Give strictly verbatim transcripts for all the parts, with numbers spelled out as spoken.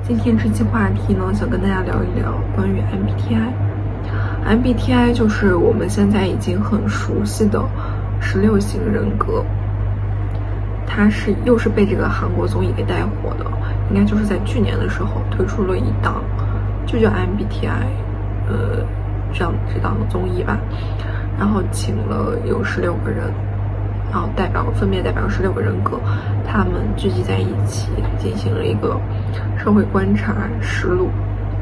今天这期话题呢，想跟大家聊一聊关于 M B T I。M B T I 就是我们现在已经很熟悉的十六型人格，它是又是被这个韩国综艺给带火的，应该就是在去年的时候推出了一档就叫 M B T I， 呃，这样这档综艺吧，然后请了有十六个人。然后代表分别代表十六个人格，他们聚集在一起进行了一个社会观察实录。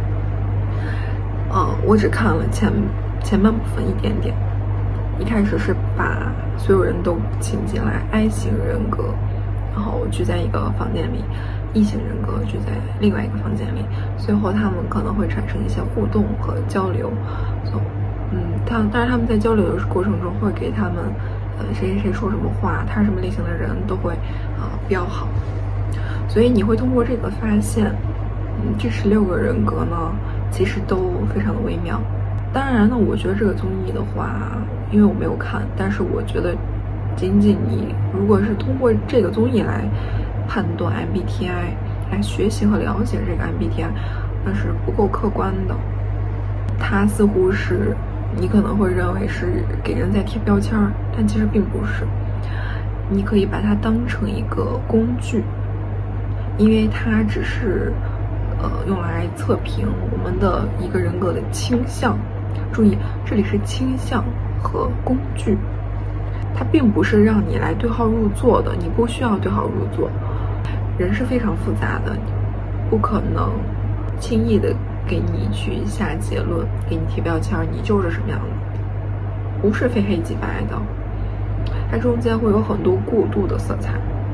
呃，我只看了前前半部分一点点。一开始是把所有人都请进来 I 型人格，然后聚在一个房间里 ，E 型人格聚在另外一个房间里。随后他们可能会产生一些互动和交流。so, 嗯，他当然他们在交流的过程中会给他们。呃，谁谁谁说什么话，他是什么类型的人都会呃标好，所以你会通过这个发现，嗯，这十六个人格呢，其实都非常的微妙。当然呢，我觉得这个综艺的话，因为我没有看，但是我觉得，仅仅你如果是通过这个综艺来判断 M B T I， 来学习和了解这个 M B T I， 那是不够客观的。它似乎是。你可能会认为是给人在贴标签，但其实并不是。你可以把它当成一个工具，因为它只是呃用来测评我们的一个人格的倾向。注意，这里是倾向和工具，它并不是让你来对号入座的，你不需要对号入座。人是非常复杂的，不可能轻易的给你去下结论，给你贴标签，你就是什么样的，不是非黑即白的，它中间会有很多过渡的色彩。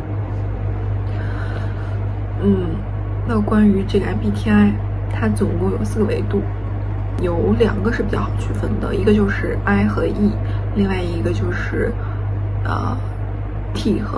嗯，那关于这个 M B T I， 它总共有四个维度，有两个是比较好区分的，一个就是 I 和 E， 另外一个就是呃 T 和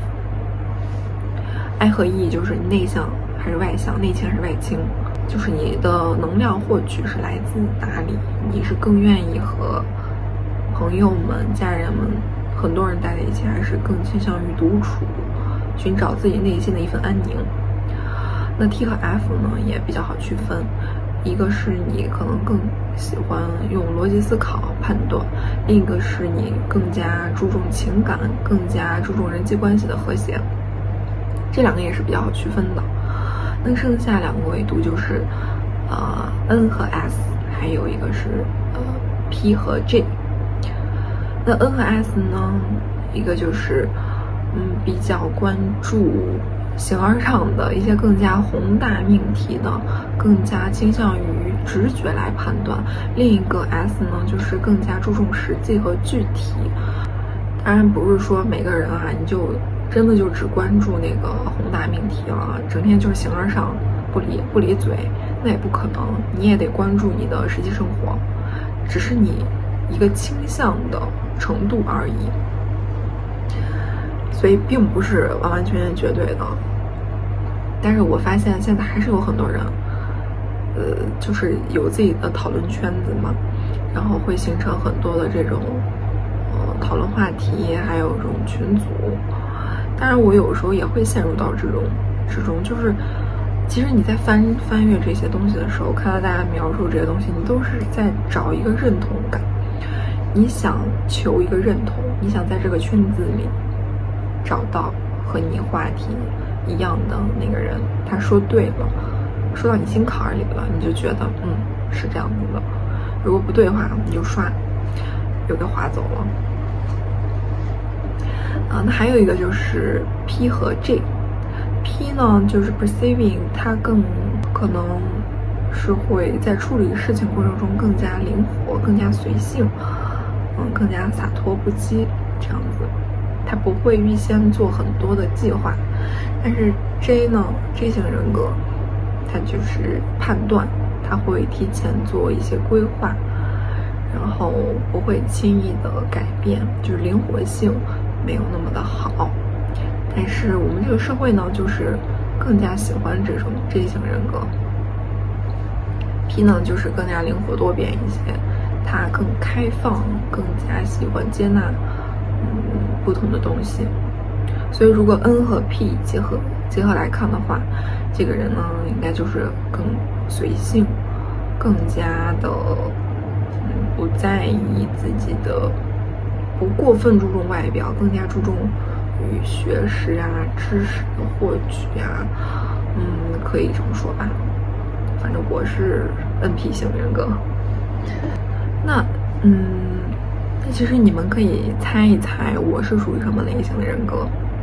F。I 和 E 就是内向还是外向，内倾还是外倾。就是你的能量获取是来自哪里？你是更愿意和朋友们、家人们、很多人待在一起，还是更倾向于独处，寻找自己内心的一份安宁？那 T 和 F 呢，也比较好区分，一个是你可能更喜欢用逻辑思考判断，另一个是你更加注重情感，更加注重人际关系的和谐。这两个也是比较好区分的。那剩下两个维度就是，呃 ，N 和 S， 还有一个是呃 P 和 J。那 N 和 S 呢，一个就是嗯比较关注形而上的一些更加宏大命题的，更加倾向于直觉来判断；另一个 S 呢，就是更加注重实际和具体。当然不是说每个人啊，你就。真的就只关注那个宏大命题了，整天就是形而上，不离不离嘴，那也不可能。你也得关注你的实际生活，只是你一个倾向的程度而已。所以并不是完完全全绝对的。但是我发现现在还是有很多人，呃，就是有自己的讨论圈子嘛，然后会形成很多的这种呃讨论话题，还有这种群组。当然，我有时候也会陷入到这种之中，就是其实你在翻翻阅这些东西的时候，看到大家描述这些东西，你都是在找一个认同感，你想求一个认同，你想在这个圈子里找到和你话题一样的那个人，他说对了，说到你心坎里了，你就觉得嗯是这样子的，如果不对的话，你就刷，又给划走了。啊，那还有一个就是 P 和 J。P 呢，就是 perceiving， 它更可能是会在处理事情过程中更加灵活、更加随性，嗯，更加洒脱不羁这样子。它不会预先做很多的计划。但是 J 呢 ，J 型人格，它就是判断，它会提前做一些规划，然后不会轻易的改变，就是灵活性没有那么的好。但是我们这个社会呢，就是更加喜欢这种这一型人格。P 呢，就是更加灵活多变一些，它更开放，更加喜欢接纳嗯不同的东西。 所以如果 N 和 P 结合结合来看的话，这个人呢应该就是更随性，更加的嗯不在意自己的，不过分注重外表，更加注重于学识啊、知识的获取啊，嗯，可以这么说吧。反正我是 N P 型人格。那嗯，那其实你们可以猜一猜我是属于什么类型的人格。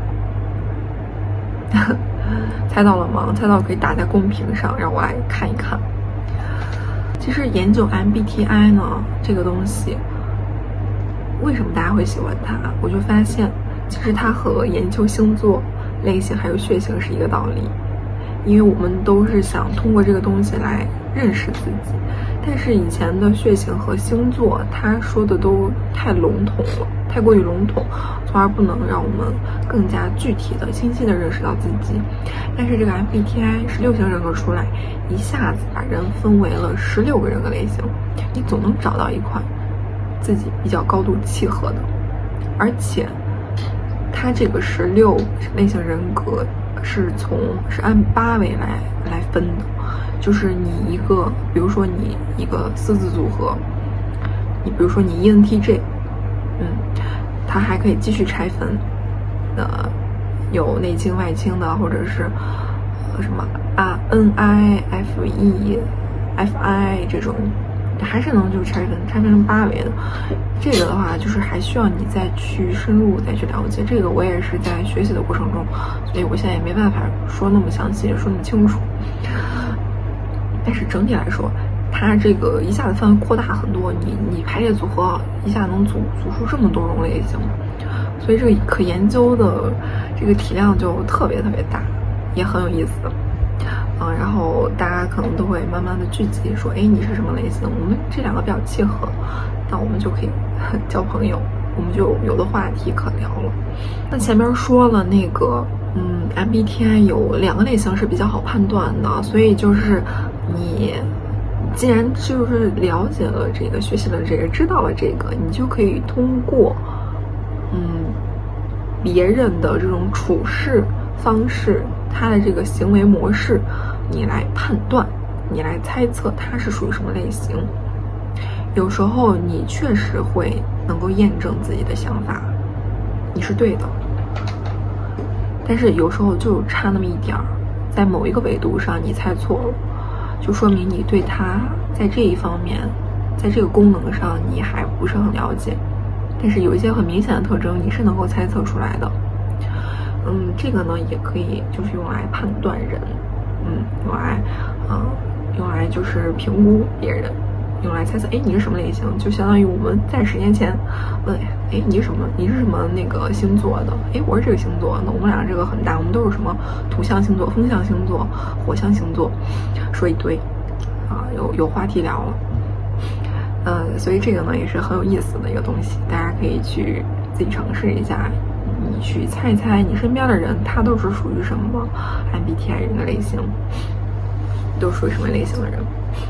猜到了吗？猜到可以打在公屏上，让我来看一看。其实研究 M B T I 呢，这个东西，为什么大家会喜欢它？我就发现，其实它和研究星座类型还有血型是一个道理。因为我们都是想通过这个东西来认识自己，但是以前的血型和星座，他说的都太笼统了，太过于笼统，从而不能让我们更加具体的、清晰的认识到自己。但是这个 M B T I 十六型人格出来，一下子把人分为了十六个人格类型，你总能找到一款自己比较高度契合的，而且它这个十六类型人格。是从是按八维来来分的，就是你一个，比如说你一个四字组合，你比如说你 E N T J， 嗯，它还可以继续拆分，呃，有内倾外倾的，或者是呃什么啊 N I F E F I 这种，还是能就拆分拆分成八维的。这个的话，就是还需要你再去深入再去了解。这个我也是在学习的过程中，所以我现在也没办法说那么详细，说那么清楚。但是整体来说，它这个一下子范围扩大很多，你你排列组合一下能组组出这么多种类型，所以这个可研究的这个体量就特别特别大，也很有意思。嗯，然后大家可能都会慢慢的聚集，说，哎，你是什么类型？我们这两个比较契合，那我们就可以交朋友，我们就有的话题可聊了。那前面说了那个，嗯 ，M B T I 有两个类型是比较好判断的，所以就是你既然就是了解了这个，学习了这个，知道了这个，你就可以通过，嗯，别人的这种处事方式，他的这个行为模式，你来判断，你来猜测他是属于什么类型。有时候你确实会能够验证自己的想法，你是对的。但是有时候就差那么一点儿，在某一个维度上你猜错了，就说明你对他在这一方面，在这个功能上你还不是很了解。但是有一些很明显的特征你是能够猜测出来的。嗯，这个呢也可以就是用来判断人，嗯，用来，嗯，用来就是评估别人，用来猜测，哎，你是什么类型？就相当于我们在十年前问，哎，你是什么？你是什么那个星座的？哎，我是这个星座，那我们俩这个很大，我们都是什么土象星座、风象星座、火象星座，说一堆，啊，有有话题聊了。呃，所以这个呢也是很有意思的一个东西，大家可以去自己尝试一下。你去猜一猜，你身边的人他都是属于什么 M B T I 人的类型，都属于什么类型的人？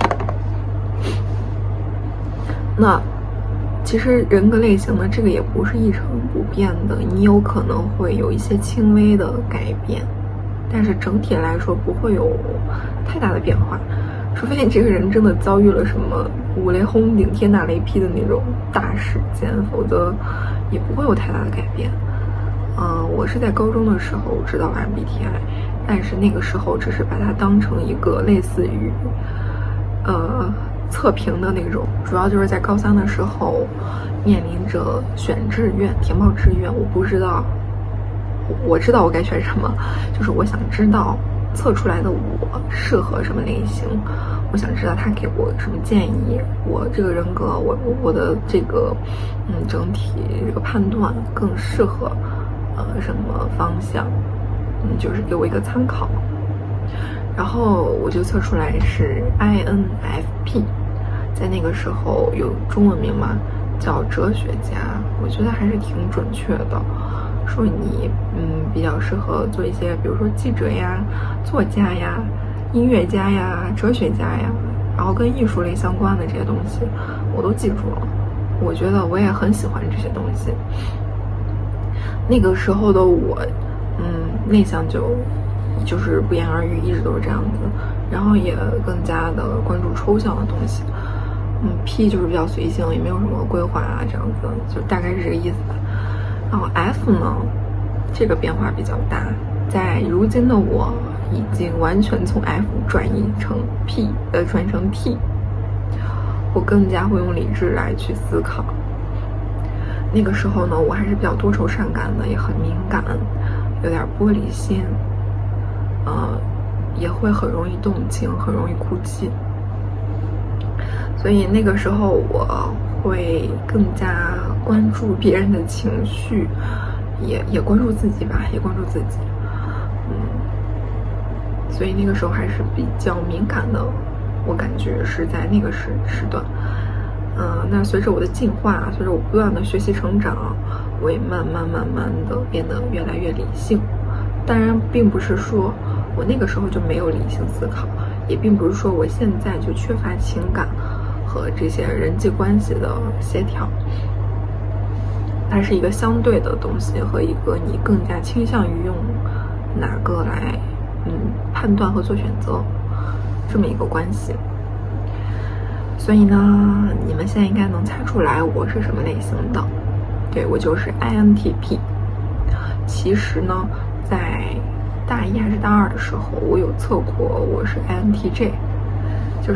那其实人格类型呢，这个也不是一成不变的，你有可能会有一些轻微的改变，但是整体来说不会有太大的变化，除非你这个人真的遭遇了什么五雷轰顶、天打雷劈的那种大事件，否则也不会有太大的改变。嗯，我是在高中的时候知道了 M B T I， 但是那个时候只是把它当成一个类似于，呃，测评的那种，主要就是在高三的时候面临着选志愿、填报志愿，我不知道，我知道我该选什么，就是我想知道测出来的我适合什么类型，我想知道他给我什么建议，我这个人格，我我的这个嗯整体这个判断更适合。呃，什么方向？嗯，就是给我一个参考。然后我就测出来是 I N F P， 在那个时候有中文名嘛，叫哲学家，我觉得还是挺准确的。说你嗯比较适合做一些，比如说记者呀、作家呀、音乐家呀、哲学家呀，然后跟艺术类相关的这些东西，我都记住了。我觉得我也很喜欢这些东西。 那个时候的我，嗯，内向就就是不言而喻，一直都是这样子。然后也更加的关注抽象的东西。嗯 ，P 就是比较随性，也没有什么规划啊，这样子，就大概是这个意思吧。然后 F 呢，这个变化比较大，在如今的我已经完全从 F 转移成 P， 呃，转成 T。我更加会用理智来去思考。那个时候呢，我还是比较多愁善感的，也很敏感，有点玻璃心，呃，也会很容易动情，很容易哭泣。所以那个时候我会更加关注别人的情绪，也也关注自己吧，也关注自己。嗯，所以那个时候还是比较敏感的，我感觉是在那个时时段。嗯、呃，那随着我的进化，随着我不断的学习成长，我也慢慢慢慢的变得越来越理性。当然，并不是说我那个时候就没有理性思考，也并不是说我现在就缺乏情感和这些人际关系的协调。它是一个相对的东西，和一个你更加倾向于用哪个来嗯判断和做选择这么一个关系。所以呢，你们现在应该能猜出来我是什么类型的。对，我就是 I N T P。其实呢，在大一还是大二的时候，我有测过我是 I N T J， 就是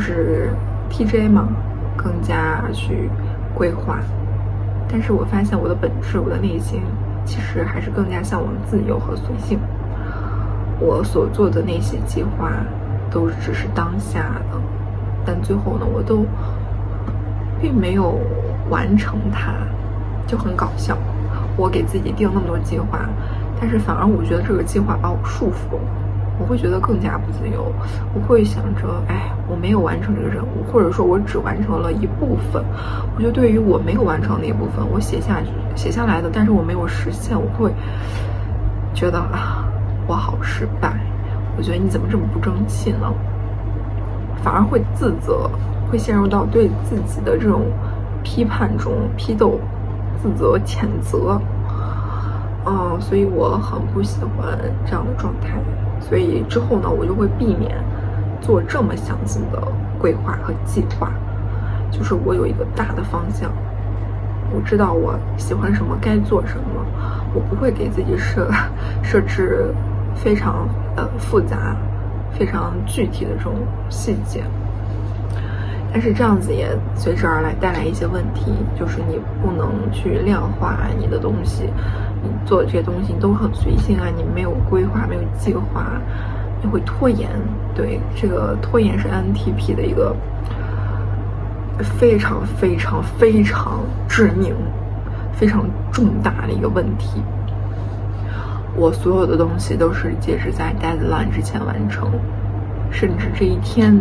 T J 嘛，更加去规划。但是我发现我的本质，我的内心其实还是更加向往自由和随性。我所做的那些计划都只是当下的，但最后呢，我都并没有完成它，就很搞笑。我给自己定那么多计划，但是反而我觉得这个计划把我束缚了，我会觉得更加不自由。我会想着，哎，我没有完成这个任务，或者说我只完成了一部分。我就对于我没有完成那一部分，我写下写下来的，但是我没有实现，我会觉得啊，我好失败。我觉得你怎么这么不争气呢？反而会自责，会陷入到对自己的这种批判中、批斗、自责、谴责。嗯，所以我很不喜欢这样的状态。所以之后呢，我就会避免做这么详细的规划和计划。就是我有一个大的方向，我知道我喜欢什么，该做什么，我不会给自己设设置非常呃复杂、非常具体的这种细节。但是这样子也随之而来带来一些问题，就是你不能去量化你的东西，你做的这些东西你都很随性啊，你没有规划，没有计划，你会拖延。对，这个拖延是 I N T P 的一个非常非常非常致命、非常重大的一个问题。我所有的东西都是截止在 deadline 之前完成，甚至这一天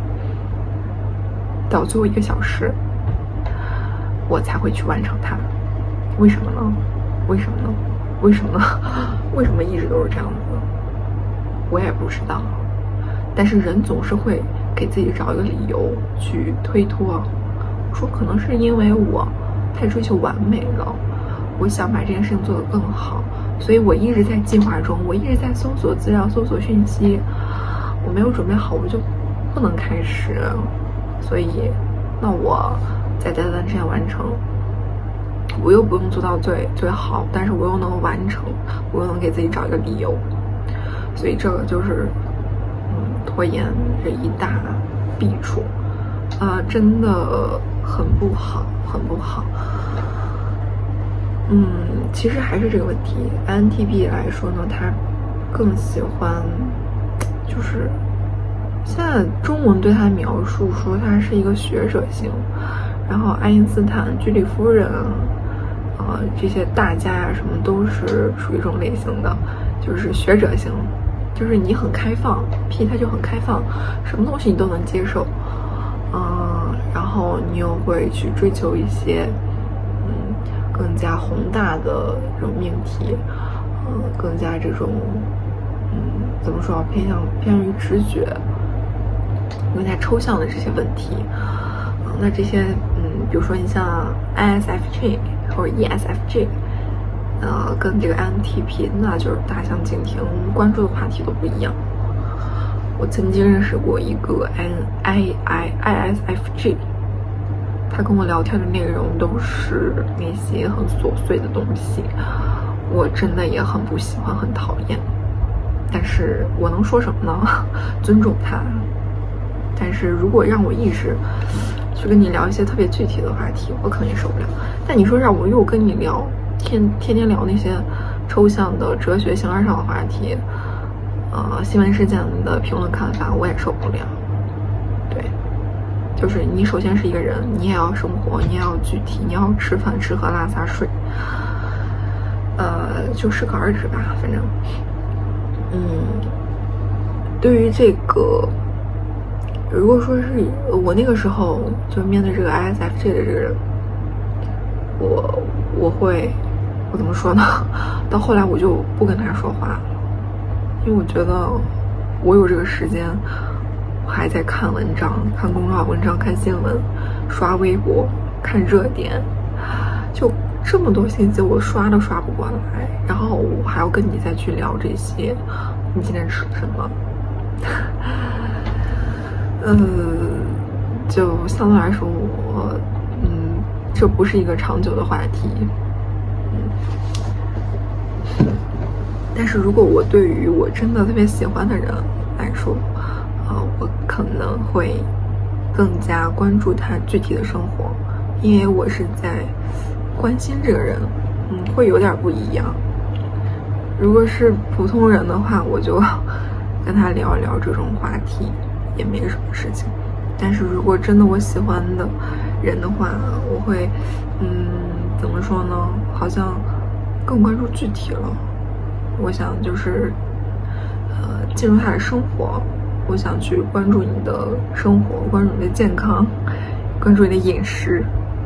到最后一个小时，我才会去完成它。为什么呢？为什么呢？为什么呢？为什么一直都是这样子？我也不知道。但是人总是会给自己找一个理由去推脱。我说可能是因为我太追求完美了，我想把这件事情做得更好，所以我一直在计划中，我一直在搜索资料、搜索讯息。我没有准备好，我就不能开始。所以，那我在 deadline 之前完成，我又不用做到最最好，但是我又能完成，我又能给自己找一个理由。所以这个就是嗯拖延这一大弊处，啊、呃，真的很不好，很不好。嗯，其实还是这个问题 ，I N T P 来说呢，他更喜欢就是。现在中文对他描述说他是一个学者型，然后爱因斯坦、居里夫人，呃，这些大家呀什么都是属于这种类型的，就是学者型，就是你很开放 ，P 他就很开放，什么东西你都能接受，嗯、呃，然后你又会去追求一些嗯更加宏大的这种命题，嗯、呃，更加这种嗯怎么说偏向偏于直觉。更加抽象的这些问题，嗯，那这些，嗯，比如说你像 I S F J 或者 E S F J， 呃，跟这个 I N T P 那就是大相径庭，关注的话题都不一样。我曾经认识过一个 N I I I S F J， 他跟我聊天的内容都是那些很琐碎的东西，我真的也很不喜欢，很讨厌。但是我能说什么呢？尊重他。但是如果让我一直去跟你聊一些特别具体的话题，我肯定受不了。但你说让我又跟你聊天天天聊那些抽象的哲学形而上的话题，呃，新闻事件的评论看法，我也受不了。对，就是你首先是一个人，你也要生活，你也要具体，你要吃饭、吃喝拉撒睡，呃，就适可而止吧。反正，嗯，对于这个。如果说是我那个时候就面对这个 I S F J 的这个人，我我会我怎么说呢？到后来我就不跟他说话了，因为我觉得我有这个时间，我还在看文章、看公众号文章、看新闻、刷微博、看热点，就这么多信息我刷都刷不过来，然后我还要跟你再去聊这些，你今天吃了什么？嗯，就相对来说，我嗯，这不是一个长久的话题。嗯，但是如果我对于我真的特别喜欢的人来说，啊、呃，我可能会更加关注他具体的生活，因为我是在关心这个人，嗯，会有点不一样。如果是普通人的话，我就跟他聊一聊这种话题。也没什么事情，但是如果真的我喜欢的人的话，我会，嗯，怎么说呢？好像更关注具体了。我想就是，呃，进入他的生活，我想去关注你的生活，关注你的健康，关注你的饮食。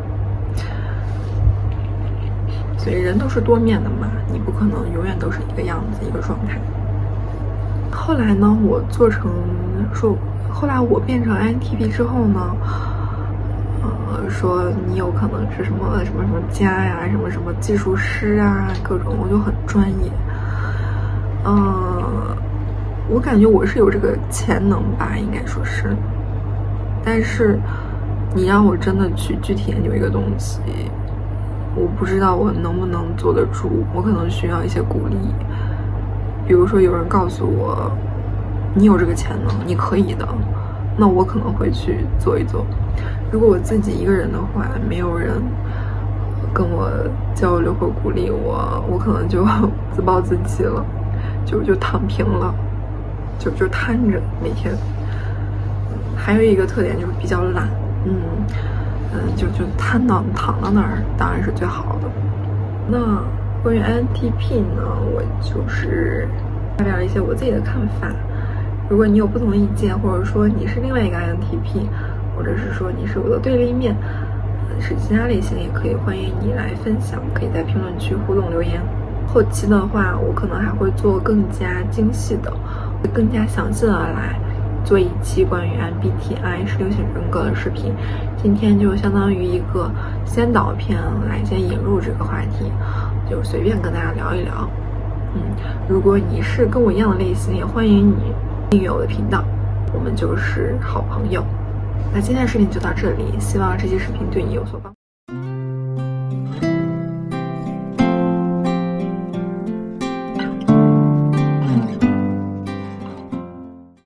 所以人都是多面的嘛，你不可能永远都是一个样子，一个状态。后来呢，我做成说。后来我变成 I N T P 之后呢，呃，说你有可能是什么什么什么家呀，什么什么技术师啊，各种，我就很专业。嗯、呃，我感觉我是有这个潜能吧，应该说是。但是你让我真的去具体研究一个东西，我不知道我能不能做得住，我可能需要一些鼓励。比如说有人告诉我，你有这个潜能，你可以的，那我可能会去做一做。如果我自己一个人的话，没有人跟我交流或鼓励我，我可能就自暴自弃了，就就躺平了，就就瘫着每天。还有一个特点就是比较懒，嗯嗯，就就瘫到躺到那儿，当然是最好的。那关于 I N T P 呢，我就是发表了一些我自己的看法。如果你有不同的意见，或者说你是另外一个 I N T P， 或者是说你是我的对立面，是其他类型，也可以欢迎你来分享，可以在评论区互动留言。后期的话，我可能还会做更加精细的、更加详细的来做一期关于 M B T I 十六型人格的视频。今天就相当于一个先导片，来先引入这个话题，就随便跟大家聊一聊。嗯，如果你是跟我一样的类型，也欢迎你订阅我的频道，我们就是好朋友。那今天的视频就到这里，希望这期视频对你有所帮助。